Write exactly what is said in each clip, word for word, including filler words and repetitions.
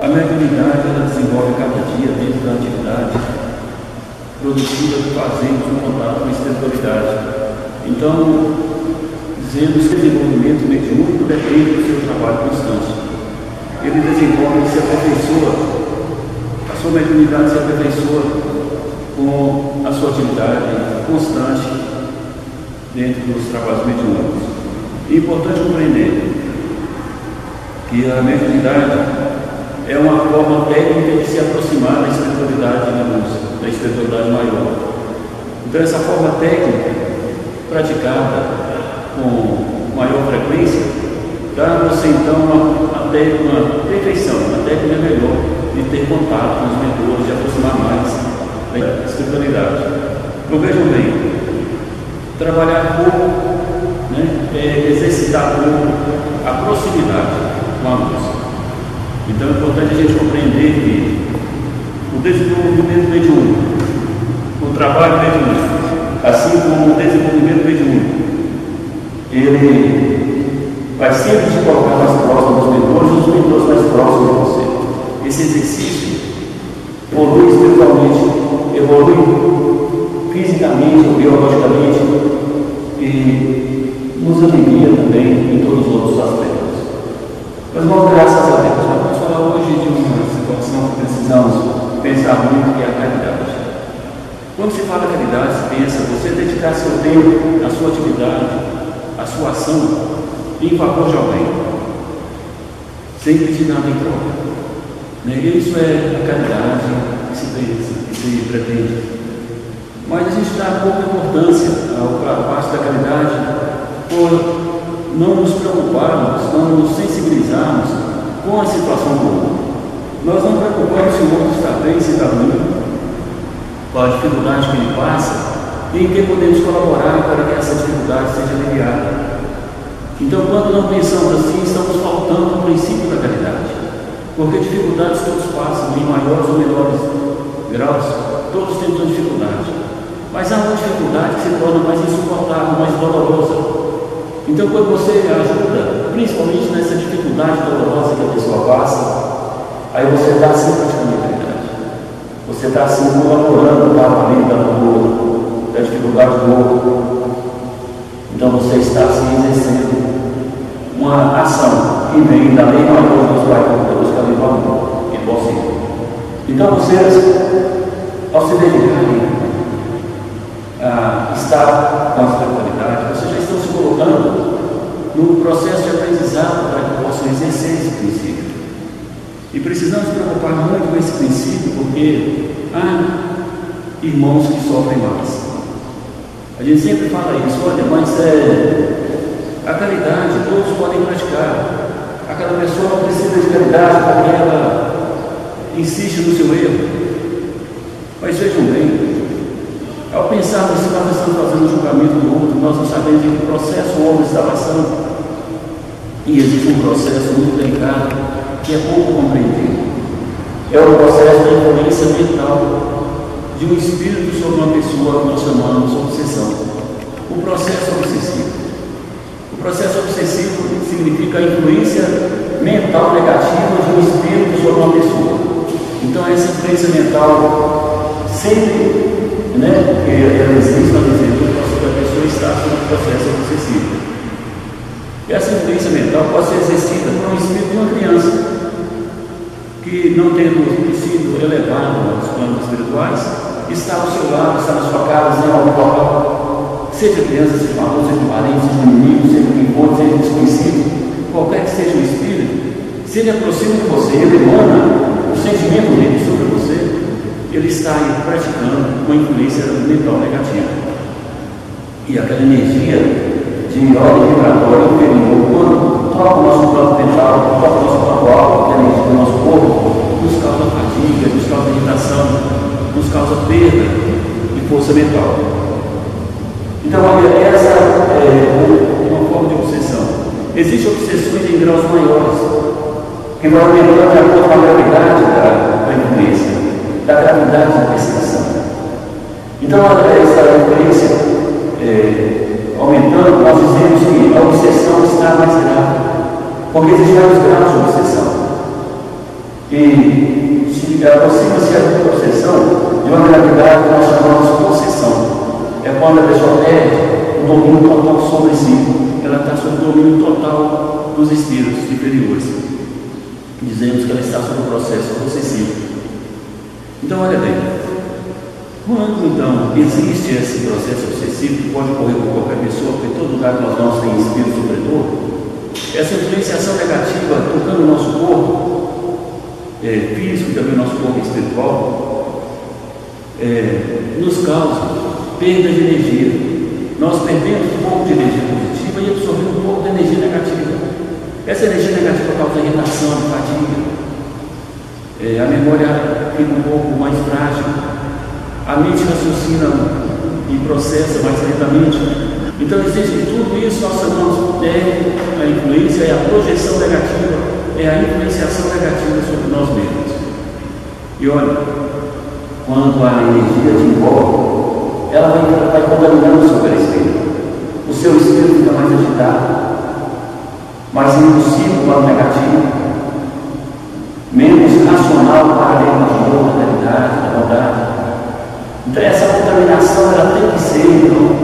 A mediunidade ela desenvolve cada dia dentro da atividade produtiva que fazemos no contato com a espiritualidade. Então, dizemos que o desenvolvimento mediúnico depende do seu trabalho constante. Ele desenvolve, ele se aperfeiçoa, a sua mediunidade se aperfeiçoa com a sua atividade constante dentro dos trabalhos mediúnicos. É importante compreender que a mediunidade é uma forma técnica de se aproximar da espiritualidade de luz, da espiritualidade maior. Então, essa forma técnica, praticada com maior frequência, dá a você então uma, até uma perfeição, uma técnica melhor de ter contato com os mentores, de aproximar mais da espiritualidade. Então, vejam bem, trabalhar pouco, né, é exercitar pouco a proximidade com a luz. Então é importante a gente compreender que o desenvolvimento mediúnico, o trabalho mediúnico, assim como o desenvolvimento mediúnico, ele vai sempre te colocar mais próximo dos mentores e os mentores mais próximos de você. Esse exercício evolui espiritualmente, evolui fisicamente ou biologicamente e nos alivia também em todos os outros aspectos. Mas vamos, graças a Deus, vamos falar hoje de uma situação que precisamos pensar muito, que é a caridade. Quando se fala caridade, se pensa você dedicar seu tempo, a sua atividade, a sua ação em favor de alguém, sem pedir nada em troca. Né? Isso é a caridade que se pensa, que se pretende. Mas a gente dá pouca importância à parte da caridade por não nos preocuparmos, não nos sensibilizarmos com a situação do outro. Nós não preocupamos se o outro está bem, se está ruim, qual a dificuldade que ele passa e em que podemos colaborar para que essa dificuldade seja aliviada. Então, quando não pensamos assim, estamos faltando o princípio da caridade, porque dificuldades todos passam, em maiores ou menores graus, todos temos uma dificuldade, mas há uma dificuldade que se torna mais insuportável, mais dolorosa. Então, quando você ajuda, principalmente nessa dificuldade dolorosa que a pessoa passa, aí você está assim praticando a caridade. Você está assim colaborando para a vida do outro, da dificuldade do outro. Então, você está assim exercendo uma ação que vem da lei maior de Deus Pai, da Deus que é o amor, que possa ir. Então, vocês, ao se dedicarem a estar com a espiritualidade, vocês já estão se colocando no processo de aprendizado para que possam exercer esse princípio. E precisamos preocupar muito com esse princípio, porque há irmãos que sofrem mais. A gente sempre fala isso, olha, mas é, a caridade todos podem praticar. Aquela pessoa não precisa de caridade porque ela insiste no seu erro. Mas vejam bem, ao pensarmos que nós estamos fazendo o julgamento do outro, nós não sabemos em que processo o homem está passando. E existe um processo muito delicado que é pouco compreendido. É o processo da influência mental de um espírito sobre uma pessoa que nós chamamos de obsessão. O processo obsessivo. O processo obsessivo significa a influência mental negativa de um espírito sobre uma pessoa. Então, essa influência mental sempre, né, que ela existe, nós dizemos que a pessoa está sob um processo obsessivo. Essa influência mental pode ser exercida por um espírito de uma criança que, não tendo sido elevado aos planos espirituais, está ao seu lado, está na sua casa, em algum local, seja criança, seja famoso, seja parente, seja inimigo, seja quem for, seja desconhecido, qualquer que seja o espírito, se ele aproxima de você, ele emana o sentimento dele sobre você, ele está aí praticando uma influência mental negativa. E aquela energia de ordem vibratória inferior, quando toca o nosso campo mental, toca o nosso campo alto, a energia do nosso corpo, nos causa fadiga, nos causa irritação, nos causa perda de força mental. Então, olha, essa é uma forma de obsessão. Existem obsessões em graus maiores, que vão aumentando de acordo com a gravidade da, da influência, da gravidade da percepção. Então, essa influência é, aumentando, nós dizemos que a obsessão está mais grave, porque existem vários graus de obsessão. E se aproxima-se a obsessão de uma gravidade que nós chamamos de possessão. É quando a pessoa perde o domínio total sobre si. Ela está sob o domínio total dos espíritos inferiores. Dizemos que ela está sob o processo possessivo. Então, olha bem, quando então existe esse processo obsessivo, que pode ocorrer com qualquer pessoa, porque em todo lugar que nós vamos tem espírito sobredor, essa influenciação negativa tocando o nosso corpo é, físico e também o nosso corpo espiritual, é, nos causa perda de energia. Nós perdemos um pouco de energia positiva e absorvemos um pouco de energia negativa. Essa energia negativa causa irritação, fadiga, é, a memória fica um pouco mais frágil, a mente raciocina e processa mais lentamente. Então existe tudo isso, nós chamamos de a influência, é a projeção negativa, é a influenciação negativa sobre nós mesmos. E olha, quando a energia te envolve, ela vai, ela vai contaminando o seu perispírito. O seu espírito fica mais agitado, mais impulsivo para o negativo, menos racional para a amor, da realidade, da bondade. Então essa contaminação ela tem que ser então,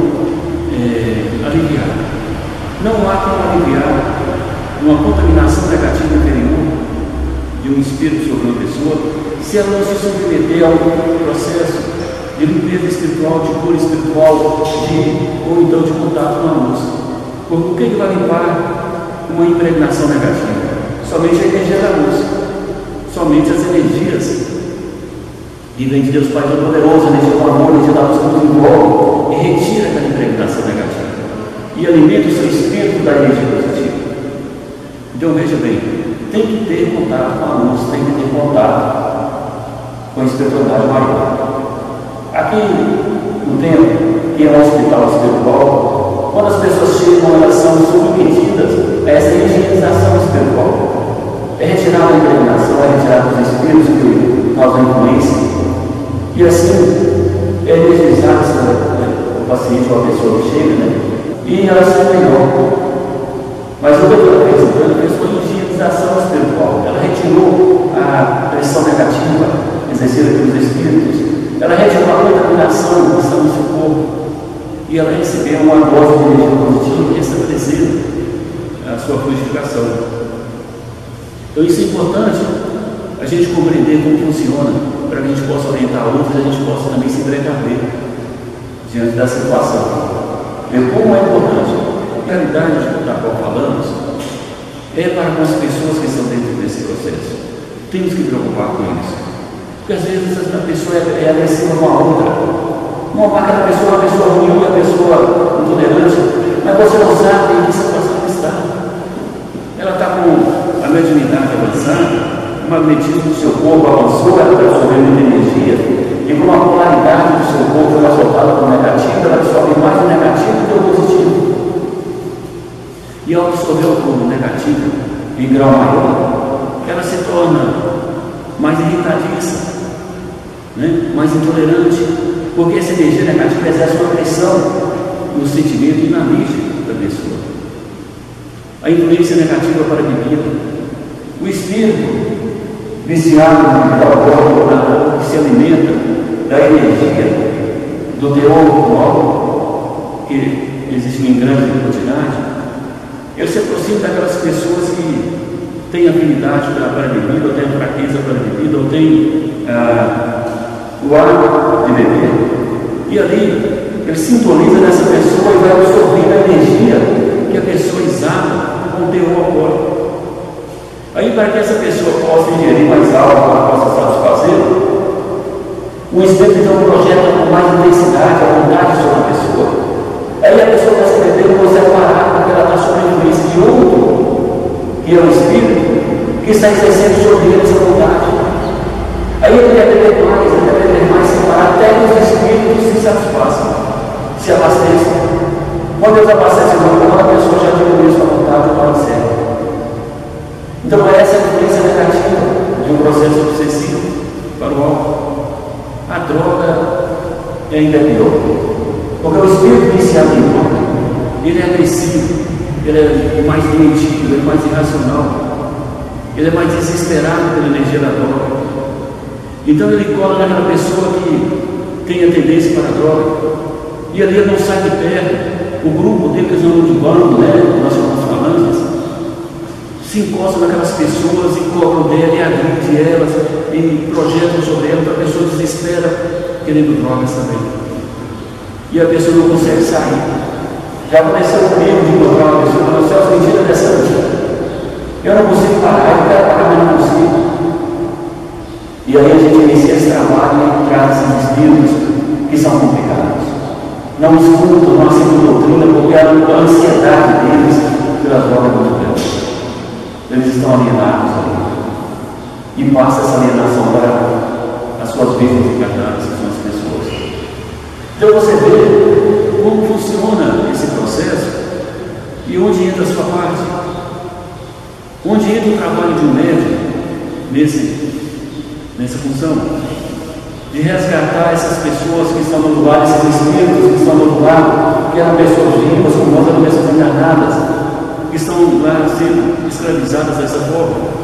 é, aliviada. Não há como aliviar uma contaminação negativa interior de um espírito sobre uma pessoa se ela não se submeter a um processo de limpeza espiritual, de cura espiritual, de, ou então de contato com a luz. Porque o que, que vai limpar uma impregnação negativa? Somente a energia da luz, somente as energias que vem de Deus Pai Todo-Poderoso, a energia do amor, a energia da luz que nos envolve, e retira aquela impregnação negativa e alimenta o seu espírito da energia positiva. Então veja bem, tem que ter contato com a luz, tem que ter contato com a espiritualidade maior. Aqui no templo, que é um hospital espiritual, quando as pessoas chegam, elas são submetidas a essa higienização espiritual. É retirada a impregnação, é retirada os espíritos que causam influência. E assim, é energizado o paciente ou a pessoa que chega, né? E ela se melhor. Mas o que ela fez, ela fez foi higienização espiritual. Ela retirou a pressão negativa exercida pelos espíritos. Ela retirou a contaminação que está no seu corpo e ela recebeu uma dose de energia positiva e estabeleceu a sua purificação. Então isso é importante a gente compreender como funciona, para que a gente possa orientar outros e a gente possa também se precaver diante da situação. E como é importante, a realidade da qual falamos é para as pessoas que estão dentro desse processo. Temos que preocupar com isso. Porque às vezes a pessoa é, é agressiva com a outra. Uma marca da pessoa, uma pessoa ruim, uma pessoa intolerante, mas você não sabe em que situação ela está. Ela está com a mediunidade avançada, o magnetismo do seu corpo avançou, ela está absorvendo energia, e com uma polaridade do seu corpo ela soltada para o negativo, ela absorve mais o negativo do que o positivo. E ao absorver o negativo em grau maior, ela se torna mais irritadiça, né? Mais intolerante, porque essa energia negativa exerce uma pressão no sentimento e na mente da pessoa. A influência negativa para a bebida, o espírito viciado no álcool, que se alimenta da energia do teor do álcool, que existe em grande quantidade, ele se aproxima daquelas pessoas que têm afinidade para a bebida, ou têm fraqueza para a bebida, ou têm ah, o hábito de beber. E ali ele sintoniza nessa pessoa e vai absorvendo a energia que a pessoa exala com o teor alcoólico. Aí, para que essa pessoa possa ingerir mais álcool, possa satisfazer, o espírito então projeta com mais intensidade a vontade sobre a pessoa. Aí a pessoa vai se beber e consegue parar porque ela está sob a influência de outro, que é o espírito, que está exercendo sobre ele essa vontade. Aí ele quer beber mais, ele quer beber mais, sem parar, até que os espíritos se satisfaçam, se abasteçam. Quando eles abastecem o corpo, a pessoa já diminuiu sua vontade para o céu. Então é essa a influência negativa de um processo obsessivo para o álcool. A droga é ainda pior, porque o espírito viciado em droga, ele é agressivo, ele é mais doentio, ele é mais irracional. ele é mais desesperado pela energia da droga. Então ele cola naquela pessoa que tem a tendência para a droga, e ali ele não sai de perto. O grupo dele, que eles chamam de bando, né? Nós chamamos falanges, se encosta naquelas pessoas e cobram dela e agride elas e projetam sobre ela, para a pessoa desespera querendo drogas também. E a pessoa não consegue sair. Já aconteceu comigo de encontrar uma pessoa, mas Celso, me tira dessa vida. Eu não consigo parar, eu quero parar, mas não consigo. E aí a gente inicia esse trabalho e traz esses espíritos que são complicados. Não escutam, não aceitam doutrina, porque a ansiedade deles pelas drogas é muito grande. Eles estão alienados ali. E passa essa alienação para as suas vítimas encarnadas, que são as pessoas. Então você vê como funciona esse processo e onde entra a sua parte. Onde entra o trabalho de um médico nesse, nessa função de resgatar essas pessoas que estão no lugar, esses espíritos que estão no lugar, que eram pessoas vivas, como nós, eram pessoas encarnadas, que estão lá sendo escravizadas dessa forma.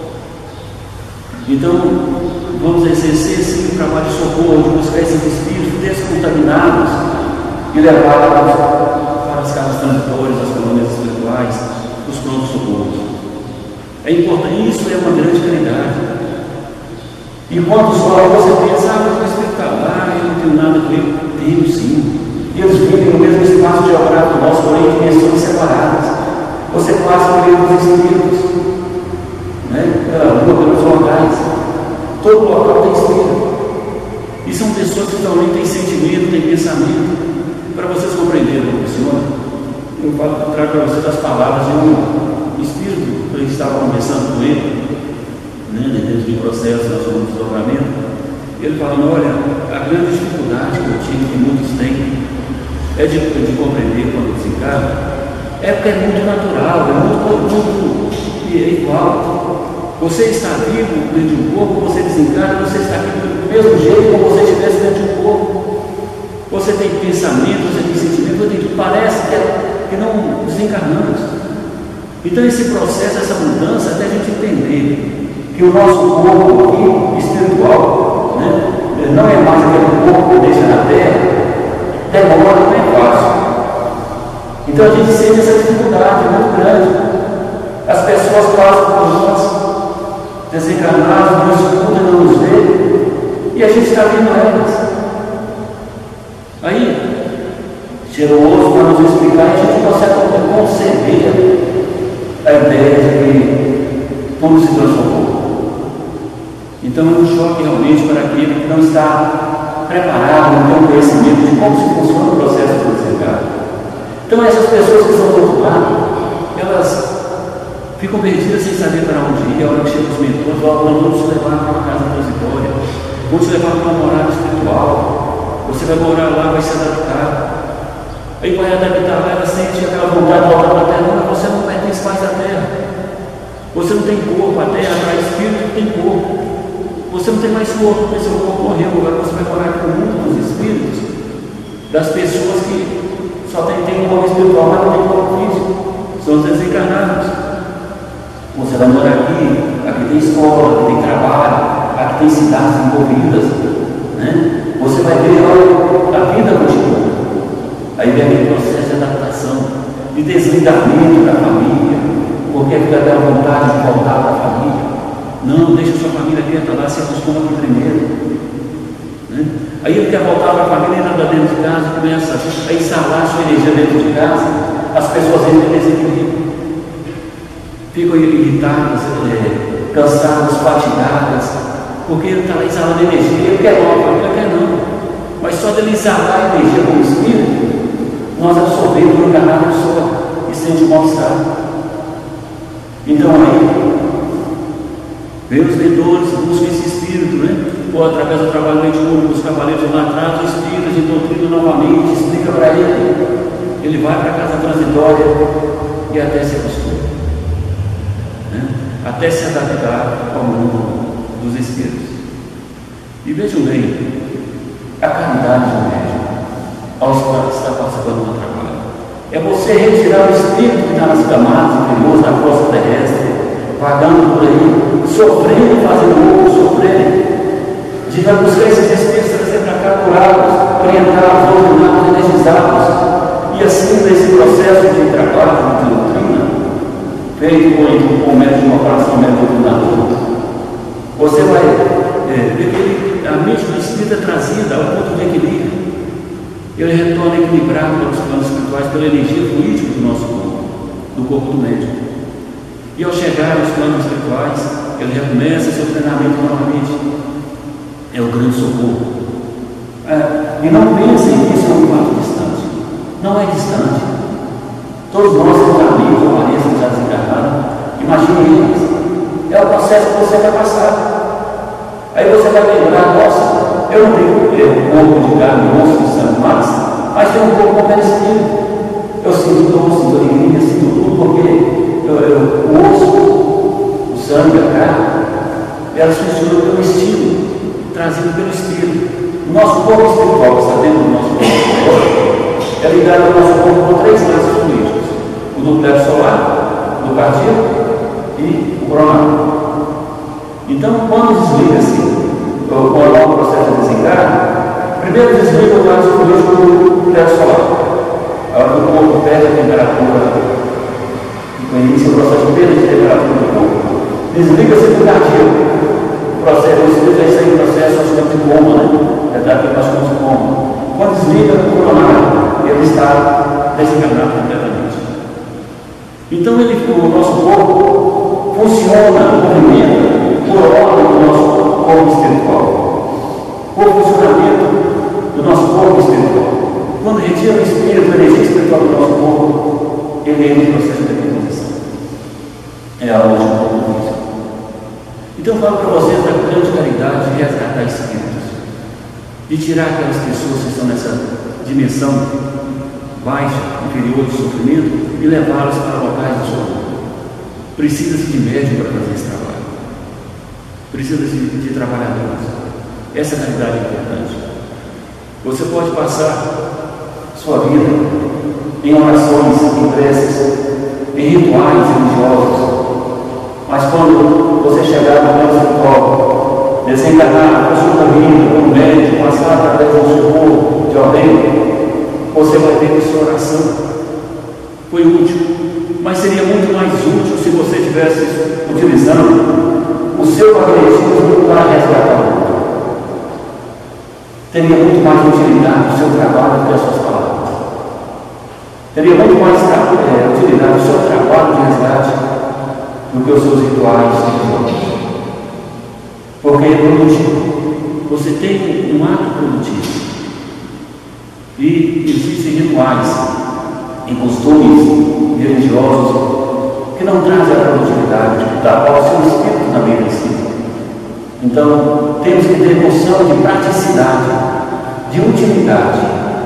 Então, vamos exercer sim o trabalho de socorro, de buscar esses espíritos descontaminados e levá-los para as casas transitórias, as colônias espirituais, os prontos socorros. É importante, isso é uma grande caridade. E quando só você pensa, ah, mas o espírito está lá, eu não tenho nada com ele. Tenho sim. E eles vivem no mesmo espaço geográfico nosso, porém em dimensões separadas. Você passa por meio dos espíritos, né? Pela rua, pelos locais. Todo local tem espírito. E são pessoas que também têm sentimento, têm pensamento. Para vocês compreenderem como funciona, eu falo, trago para vocês as palavras de um espírito que eu estava conversando com ele, né, dentro de processo, nós somos de desdobramento. Ele falando, olha, a grande dificuldade que eu tive, que muitos têm, é de, de compreender quando desencarna, é porque é muito natural, é muito, muito é igual. Você está vivo dentro de um corpo, você desencarna, você está aqui do mesmo jeito como você estivesse dentro de um corpo. Você tem pensamento, você tem sentimento, você tem tudo. Parece que, é, que não desencarnamos. Então esse processo, essa mudança, até a gente entender que o nosso corpo aqui, espiritual, né, não é mais aquele corpo que deixa na terra, demora, não é fácil. Então a gente sente essa dificuldade muito grande. As pessoas passam por nós, desencarnadas, não escutam, não nos vê, e a gente está vendo elas. Aí, chega o outro para nos explicar, e a gente consegue conceber a ideia de que tudo se transformou. Então é um choque realmente para aquele que não está preparado, não tem um conhecimento de como se funciona o processo do desencarne. Então essas pessoas que estão do outro lado, elas ficam perdidas sem saber para onde ir. A hora que chegam os mentores, ó, nós vamos te levar para uma casa transitória, vamos te levar para uma morada espiritual. Você vai morar lá, vai se adaptar. Aí vai adaptar lá, ela sente aquela vontade de voltar para a terra. Não, você não pertence mais à terra. Você não tem corpo, a terra traz espírito, não tem corpo. Você não tem mais corpo, porque seu corpo morreu. Agora você vai morar com o mundo dos espíritos, das pessoas que só tem, tem um corpo espiritual, mas não tem corpo físico. São os desencarnados. Você vai morar aqui, aqui tem escola, aqui tem trabalho, aqui tem cidades envolvidas, né? Você vai ver olha, a vida continua. Aí vem aquele processo de adaptação, de desligamento da família, porque fica aquela vontade de voltar para a família. Não, deixa a sua família quieta lá, se acostuma aqui primeiro. Né? Aí ele quer voltar para a família, entra para dentro de casa, começa a exalar a sua energia dentro de casa, as pessoas entram em desequilíbrio, ficam irritadas, é, cansadas, fatigadas. Porque ele está lá exalando energia, ele quer não, a família quer não. Mas só dele exalar a energia como espírito, nós absorvemos o encarnado só e sente o mal-estar. Então aí, vem os mentores, buscam esse espírito, né? Ou através do trabalho mediúnico, os cavaleiros lá atrás, o espírito de doutrina novamente, explica para ele. Ele vai para a casa transitória e até se acostuma, né? Até se adaptar ao mundo dos espíritos. E vejam bem, a caridade do médium aos que está participando do trabalho é você retirar o espírito que está nas camadas inferiores da crosta terrestre, vai vagando por aí, sofrendo, fazendo outros sofrerem, de vai buscar esses espíritos, trazer para cá, curá-los, orientá-los, doutriná-los, energizá-los, e assim, nesse processo de trabalho de doutrina, feito com o método de uma operação método doutrinador, você vai é, ver que a mente do espírito é trazida ao ponto de equilíbrio. Ele retorna equilibrado pelos planos espirituais, pela energia fluídica do nosso corpo, do corpo do médico. E ao chegar aos planos espirituais, ele recomeça seu treinamento novamente. É o grande socorro. É, e não pensem que isso é um fato distante. Não é distante. Todos nós temos amigos ou parentes que já desencarnaram. Imagine eles. É o processo que você vai passar. Aí você vai lembrar, nossa, eu não tenho um corpo de carne, osso de sangue, mas, mas tenho um corpo compreensível. Eu sinto dor, sinto alegria, sinto tudo, porque eu, eu, o osso, o sangue, a carne, elas funcionam pelo estilo, trazido pelo espírito. O nosso corpo espiritual, que está dentro do nosso corpo espiritual, é ligado ao nosso corpo por três laços fluídicos: o do plexo solar, o do cardíaco e o coronário. Então, quando desliga-se o logo processo de desencarne, primeiro desliga o laço fluídico do plexo solar. A hora que o corpo perde a temperatura, que inicia o processo de perda de temperatura do corpo, desliga-se do cardíaco. O processo, o espírito vai sair do processo, nós chamamos de coma, né? É daqui que nós chamamos de coma. Quando desliga o coronário, ele está desencarnado completamente. Então, ele, o nosso corpo funciona, movimenta, por ordem do nosso corpo espiritual, por funcionamento do nosso corpo espiritual. Quando retira o espírito, a energia espiritual do nosso corpo, ele entra no processo de decomposição. É a lógica do corpo físico. Então, eu falo para vocês da grande caridade de resgatar espíritos, de tirar aquelas pessoas que estão nessa dimensão baixa, inferior de sofrimento, e levá-las para locais de socorro. Precisa-se de médium para fazer esse trabalho. Precisa de, de trabalhadores. Essa caridade é importante. Você pode passar sua vida em orações, em preces, em rituais religiosos, mas quando você chegar no plano espiritual, desencarnar com sua vida, com o médico, passar através do socorro de alguém, você vai ver que sua oração foi útil, mas seria muito mais útil se você estivesse utilizando o seu magnetismo para resgatar o mundo. Teria muito mais utilidade o seu trabalho do que as suas palavras. Teria muito mais é, utilidade o seu trabalho de resgate do que os seus rituais religiosos. Porque é produtivo. Você tem um ato produtivo. E existem rituais e costumes religiosos que não trazem a produtividade da qual o seu espírito também precisa. Então, temos que ter noção de praticidade, de utilidade.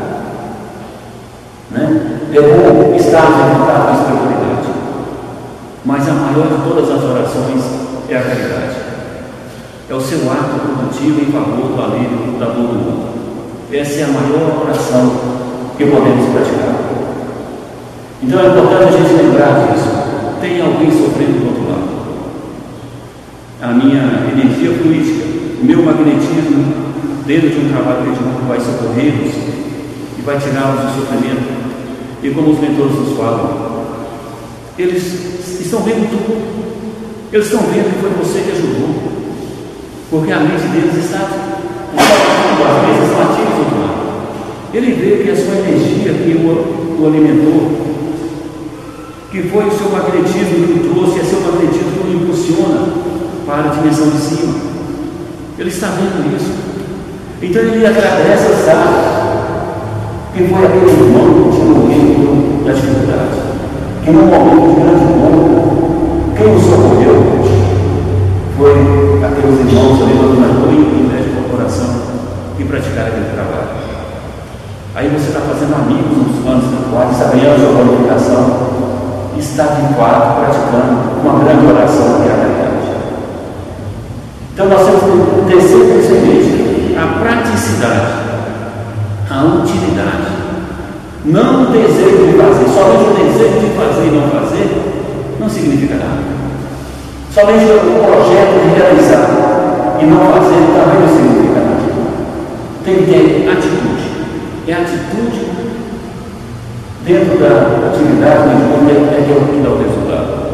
Né? É bom estar em contato com a espiritualidade, mas a maior de todas as orações é a caridade. É o seu ato produtivo em favor do alívio da dor do mundo. Essa é a maior oração que podemos praticar. Então é importante a gente lembrar disso. Tem alguém sofrendo do outro lado. A minha energia fluídica, o meu magnetismo, dentro de um trabalho mediúnico, vai socorrê-los e vai tirá-los do sofrimento. E como os mentores nos falam, eles estão vendo tudo. Eles estão vendo que foi você que ajudou. Porque a mente deles está, às vezes, estão ativos do outro lado. Ele vê que a sua energia que o, o alimentou, que foi o seu magnetismo que o trouxe, é seu magnetismo que o impulsiona para a dimensão de cima. Ele está vendo isso. Então ele agradece a Sá, que foi aquele irmão que tinha morrido da dificuldade, que num momento de grande dor, quem o socorreu foi aqueles irmãos ali do doutrinador e médico de corporação que praticaram aquele trabalho. Aí você está fazendo amigos nos planos espirituais, está ganhando sua qualificação, está de quadro praticando uma grande oração que é a caridade. Então nós temos que ter sempre isso em mente: a praticidade, a utilidade, não o desejo de fazer. Somente o desejo de fazer e não fazer não significa nada. Somente o projeto de realizar e não fazer também não significa nada. Tem que ter atitude. É atitude dentro da atividade mediúnica é que dá o resultado.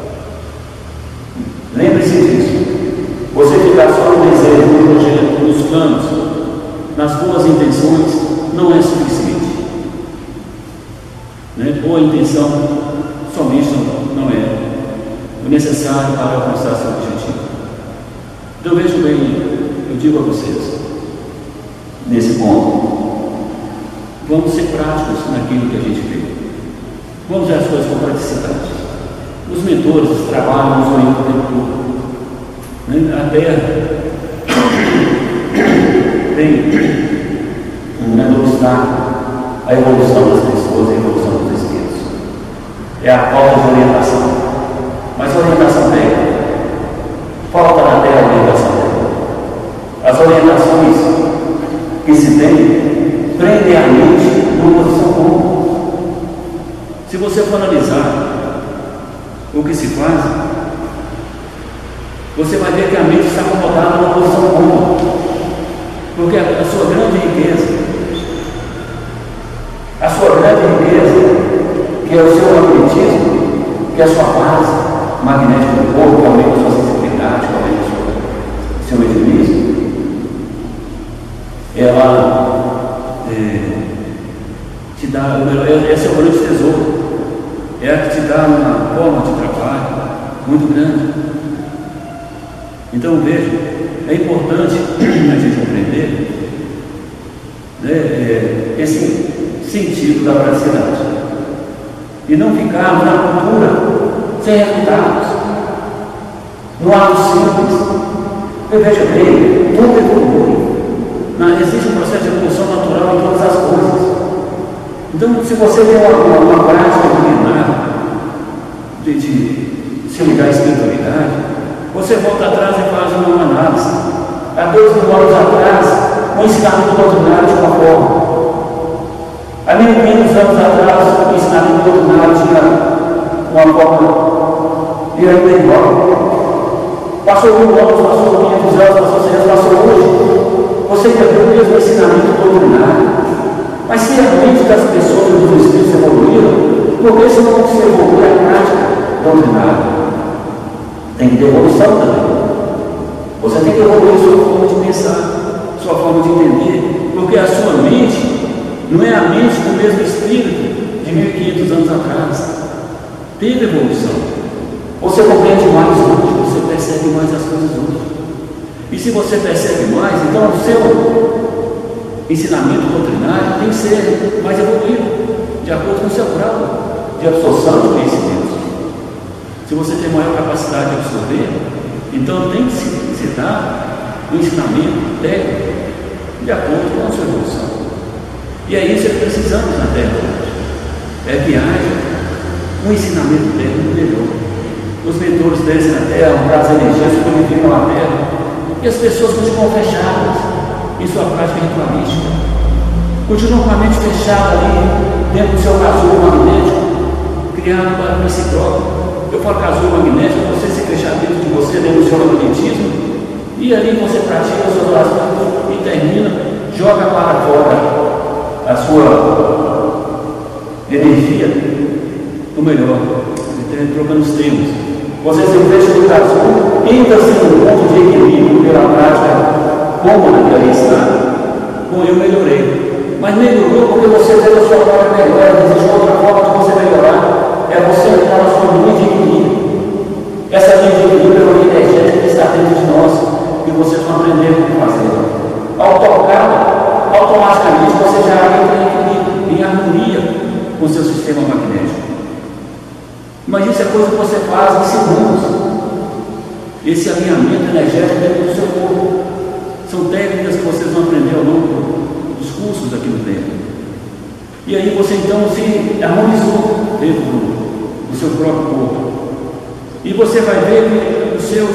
Lembre-se disso. Você ficar só no desejo, no projeto, nos planos, nas boas intenções, não é suficiente. Né? Boa intenção somente não é o necessário para alcançar seu objetivo. Então vejo bem, eu digo a vocês, nesse ponto, vamos ser práticos naquilo que a gente vê. Vamos ver as coisas com praticidade. Os mentores trabalham nos orientam o tempo todo. Né? A Terra tem um grande obstáculo à evolução das pessoas, à evolução dos espíritos. É a falta de orientação. Mas orientação técnica. Falta na Terra orientação técnica. As orientações que se tem prendem a mente numa posição comum. Se você for analisar o que se faz, você vai ver que a mente está acomodada numa posição comum. Porque a, a sua grande riqueza, a sua grande riqueza, que é o seu magnetismo, que é a sua base magnética do corpo, que aumenta a sua sensibilidade, que aumenta o seu mediunismo, ela é, te dá, esse é o grande tesouro, é a que te dá uma forma de trabalho muito grande. Então veja, é importante a gente aprender, né, é, esse sentido da praticidade e não ficarmos na cultura sem resultados, no ato simples. Eu veja bem, tudo evolui. Não, existe um processo de evolução natural em todas as coisas. Então, se você tem uma, uma, uma prática milenar de, de se ligar à espiritualidade, você volta atrás e faz uma análise. Há dois mil anos atrás, o ensinamento doutrinário de uma forma. Há mil e quinhentos anos atrás, o ensinamento doutrinário tinha uma forma e ainda é igual. Passou mil anos, passou quinhentos anos, passou cem anos, passou hoje. Você perdeu o mesmo ensinamento doutrinário. Mas se a mente das pessoas e dos espíritos evoluíram, por que se não se evolui a prática doutrinária? Tem que ter evolução também. Você tem que evoluir sua forma de pensar, sua forma de entender, porque a sua mente não é a mente do mesmo espírito de mil e quinhentos anos atrás. Teve evolução. Você compreende mais hoje, você percebe mais as coisas hoje. E se você percebe mais, então o seu ensinamento doutrinário tem que ser mais evoluído, de acordo com o seu grau de absorção de conhecimento. Se você tem maior capacidade de absorver, então tem que se, se dar um ensinamento técnico de acordo com a sua evolução. E é isso que precisamos na Terra hoje. É que haja um ensinamento técnico melhor. Os mentores descem na Terra, as energias purificam a Terra, e as pessoas continuam fechadas em sua prática ritualística. Continuam com a mente fechada ali, dentro do seu casulo magnético, criado para si próprio. Eu falo casulo magnético, você se fechar dentro de você, dentro do seu magnetismo, e ali você pratica as suas orações e termina, joga para fora a sua energia, ou melhor, trocando os termos. Você se fecha no casulo, entra-se no ponto de equilíbrio pela prática cômoda que ali está. Bom, eu melhorei. Mas melhorou porque você fez a sua própria melhora, existe outra forma de você melhorar. É você entrar na sua linha de equilíbrio. Essa linha de equilíbrio é uma linha energética que está dentro de nós e vocês vão aprender como fazer. Ao tocar, automaticamente você já entra em equilíbrio, em harmonia com o seu sistema magnético. Mas isso é coisa que você faz em segundos. Esse alinhamento energético dentro do seu corpo. São técnicas que vocês vão aprender ao longo dos cursos aqui no tempo. E aí você então se harmonizou dentro do, do seu próprio corpo. E você vai ver que os seus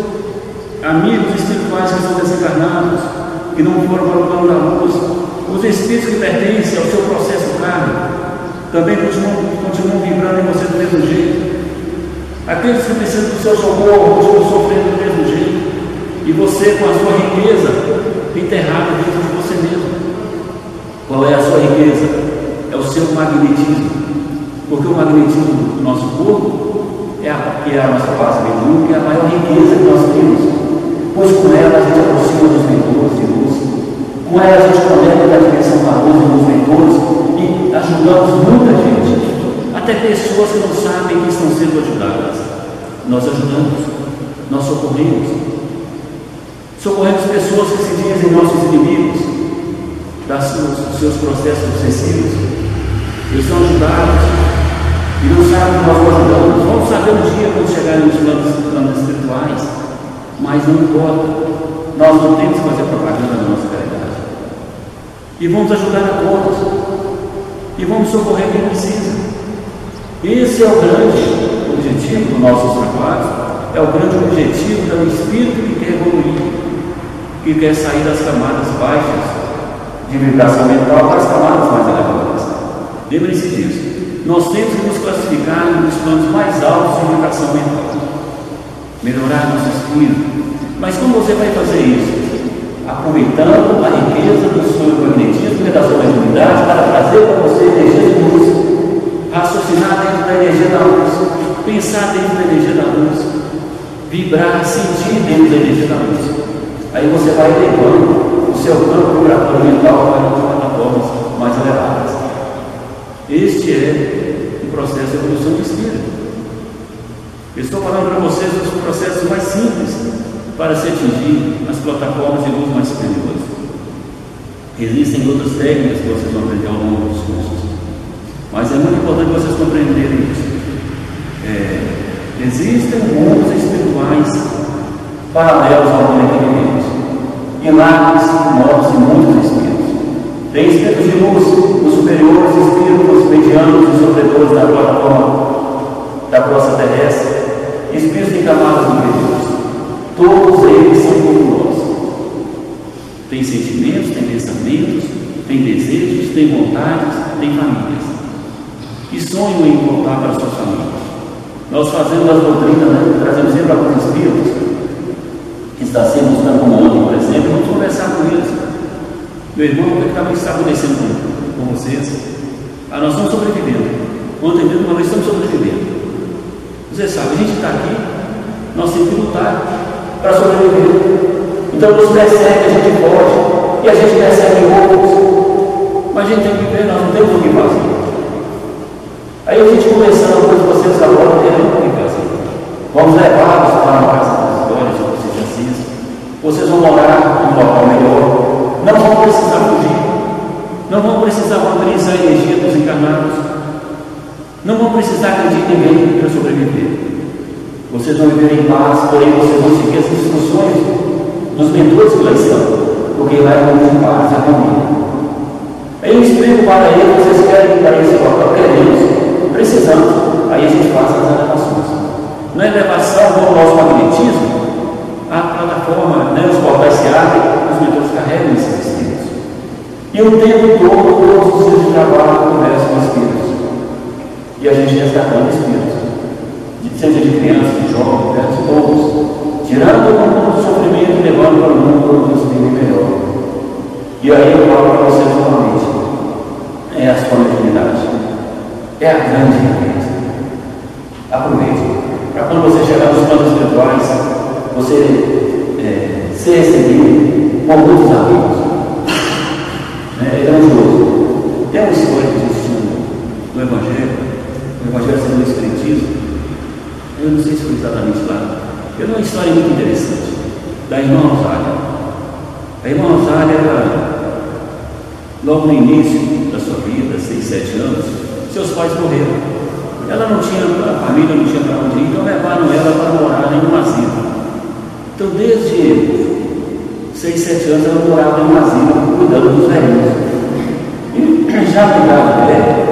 amigos espirituais que estão desencarnados, que não foram para o plano da luz, os espíritos que pertencem ao seu processo kármico, também continuam, continuam vibrando em você do mesmo jeito. Aqueles que precisam do seu socorro estão sofrendo do mesmo jeito, e você com a sua riqueza enterrada dentro de você mesmo. Qual é a sua riqueza? É o seu magnetismo, porque o magnetismo do nosso corpo é a, que é a nossa base mediúnica, é a maior riqueza que nós temos, pois com ela a gente aproxima dos mentores de luz, com ela a gente conecta da dimensão da luz e dos mentores e ajudamos muita gente. Até pessoas que não sabem que estão sendo ajudadas, nós ajudamos, nós socorremos. Socorremos pessoas que se dizem nossos inimigos, dos seus, seus processos obsessivos. Eles são ajudados e não sabem que nós os ajudamos. Vamos saber um dia quando chegarem nos planos, planos espirituais, mas não importa, nós não temos que fazer propaganda da nossa caridade. E vamos ajudar a todos, e vamos socorrer quem precisa. Esse é o grande objetivo dos nossos trabalhos, é o grande objetivo do espírito que quer evoluir, que quer sair das camadas baixas de vibração mental para as camadas mais elevadas. Lembre-se disso. Nós temos que nos classificar nos planos mais altos de vibração mental, melhorar nosso espírito. Mas como você vai fazer isso? Aproveitando a riqueza do seu magnetismo e da sua mediunidade para trazer para você energia de luz. Raciocinar dentro da energia da luz, pensar dentro da energia da luz, vibrar, sentir dentro da energia da luz. Aí você vai levando o seu campo vibratório mental para as plataformas mais elevadas. Este é o processo de evolução do espírito. Eu estou falando para vocês dos processos mais simples para se atingir as plataformas de luz mais superiores. Existem outras técnicas que vocês vão aprender ao longo dos cursos. Mas é muito importante vocês compreenderem isso. É, existem mundos espirituais paralelos ao mundo em que vivemos. E lá mostram muitos espíritos. Tem espíritos de luz, os superiores, espíritos medianos e sofredores da plataforma da crosta terrestre, espíritos em camadas inferiores. Todos eles são como nós. Tem sentimentos, tem pensamentos, tem desejos, tem vontades, tem famílias. E sonham em voltar para suas famílias. Nós fazemos as doutrinas, né? Trazemos sempre alguns espíritos que está sendo buscando como ontem, por exemplo, vamos conversar com eles. Meu irmão, o que está estabelecendo com, com vocês? Ah, nós estamos sobrevivendo. Ontem mesmo, uma vez estamos sobrevivendo. Você sabe, a gente está aqui, nós temos que lutar para sobreviver. Então nos persegue, a gente pode, e a gente persegue outros, mas a gente tem que ver, nós não temos o que fazer. Aí a gente conversando com vocês agora, não tem o que fazer. Vamos levá-los para uma casa das histórias, que vocês assistem. Vocês vão morar em um local melhor. Não vão precisar fugir. Não vão precisar valorizar a energia dos encarnados. Não vão precisar acreditar em ninguém para sobreviver. Vocês vão viver em paz, porém vocês vão seguir as instruções dos mentores que lá estão, porque lá é muito de paz, é harmonia. Aí eu explico para eles, vocês querem ir para esse local, queremos, precisamos. Aí a gente faz as elevações. Na elevação do nosso magnetismo, a plataforma, né, os portais se abrem, os mentores carregam esses espíritos. E o tempo todo, todos os dias de trabalho, conversam com espíritos. E a gente resgatando espíritos. Seja de crianças, de jovens, de todos, tirando o mundo do sofrimento e levando para o mundo do espírito melhor. E aí eu falo para vocês novamente, é a sua mediunidade, é a grande riqueza. Aproveite, para quando você chegar nos planos espirituais, você é, ser recebido por muitos amigos. É grandioso. Tem uma história que existe no Evangelho, o Evangelho segundo o Espiritismo. Eu não sei se foi exatamente lá. Eu tenho uma história muito interessante da irmã Rosália. A irmã Rosália era, logo no início da sua vida, seis, sete anos, seus pais morreram. Ela não tinha, a família não tinha para onde ir, então levaram ela para morar em um asilo. Então, desde seis, sete anos, ela morava em um asilo, cuidando dos velhinhos. E já na idade dela,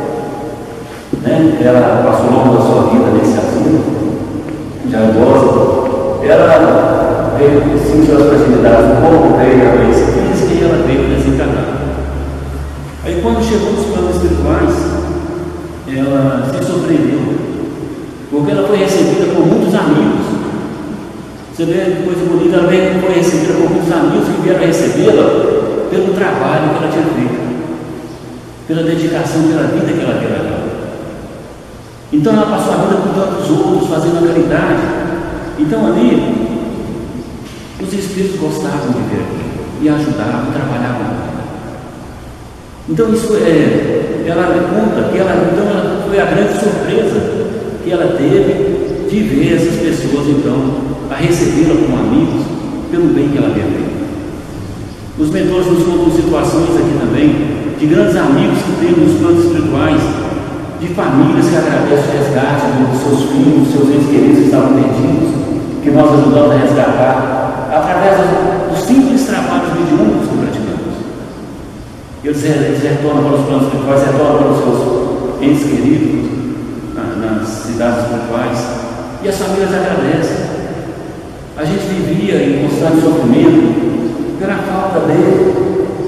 né, ela passou longo da sua vida nesse asilo, já idosa, ela veio, sentiu as fragilidades do corpo, veio a doença física e ela veio desencarnar. Aí quando chegou nos planos espirituais, ela se surpreendeu, porque ela foi recebida por muitos amigos. Você vê que coisa bonita, ela veio, foi recebida por muitos amigos que vieram recebê-la pelo trabalho que ela tinha feito, pela dedicação, pela vida que ela teve aqui. Então ela passou a vida cuidando dos outros, fazendo a caridade. Então ali, os espíritos gostavam de ver aqui e ajudavam, trabalhavam. Então isso é, ela conta que ela, então ela, foi a grande surpresa que ela teve de ver essas pessoas então a recebê-la como amigos pelo bem que ela havia feito. Os mentores nos contam situações aqui também de grandes amigos que temos nos planos espirituais, de famílias que agradecem o resgate dos seus filhos, dos seus entes queridos que estavam perdidos, que nós ajudamos a resgatar através dos simples trabalhos mediúnicos que praticamos. Eles, eles retornam para os planos espirituais, retornam para os seus entes queridos nas cidades espirituais, e as famílias agradecem. A gente vivia em constante sofrimento pela falta dele.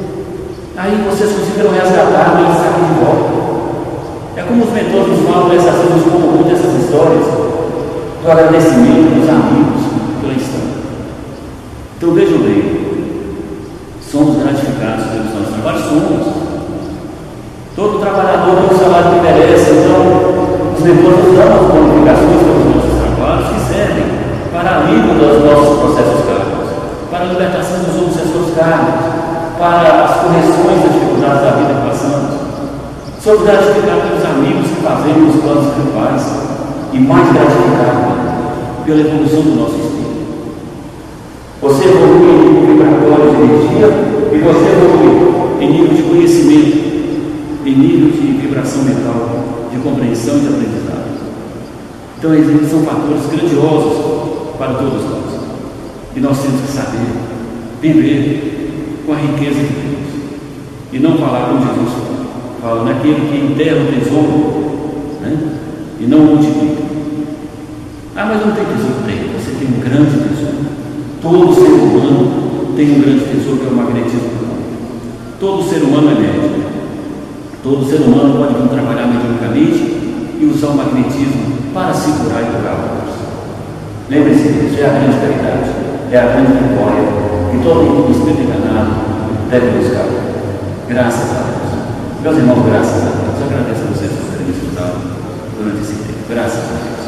Aí vocês conseguiram resgatar, eles saem de volta. É como os mentores nos falam, essas vezes nos contam muito essas histórias do agradecimento dos amigos pela história. Então vejam bem, somos gratificados pelos nossos trabalhos, somos. Todo trabalhador tem o salário que merece, então os mentores nos dão as bonificações pelos nossos trabalhos que servem para alívio dos nossos processos kármicos, para a libertação dos obsessores kármicos, para as correções das dificuldades da vida que passamos. Somos gratificados pelos amigos que fazemos nos planos espirituais e mais gratificados pela evolução do nosso espírito. Você evolui em nível vibratório de energia e você evolui em nível de conhecimento, em nível de vibração mental, de compreensão e de aprendizado. Então, eles são fatores grandiosos para todos nós. E nós temos que saber viver com a riqueza de Deus. E não falar como Jesus fala, naquele que enterra o tesouro, né? E não multiplica. Ah, mas não tem tesouro? Tem. Você tem um grande tesouro. Todo ser humano tem um grande tesouro que é o magnetismo do mundo. Todo ser humano é médico. Todo ser humano pode vir trabalhar mediunicamente e usar o magnetismo para se curar e curar outros. Lembre-se disso, é a grande caridade, é a grande vitória que todo espírito enganado deve buscar. Graças a Deus. Meus irmãos, graças a Deus. Eu agradeço a vocês por terem me escutado durante esse tempo. Graças a Deus.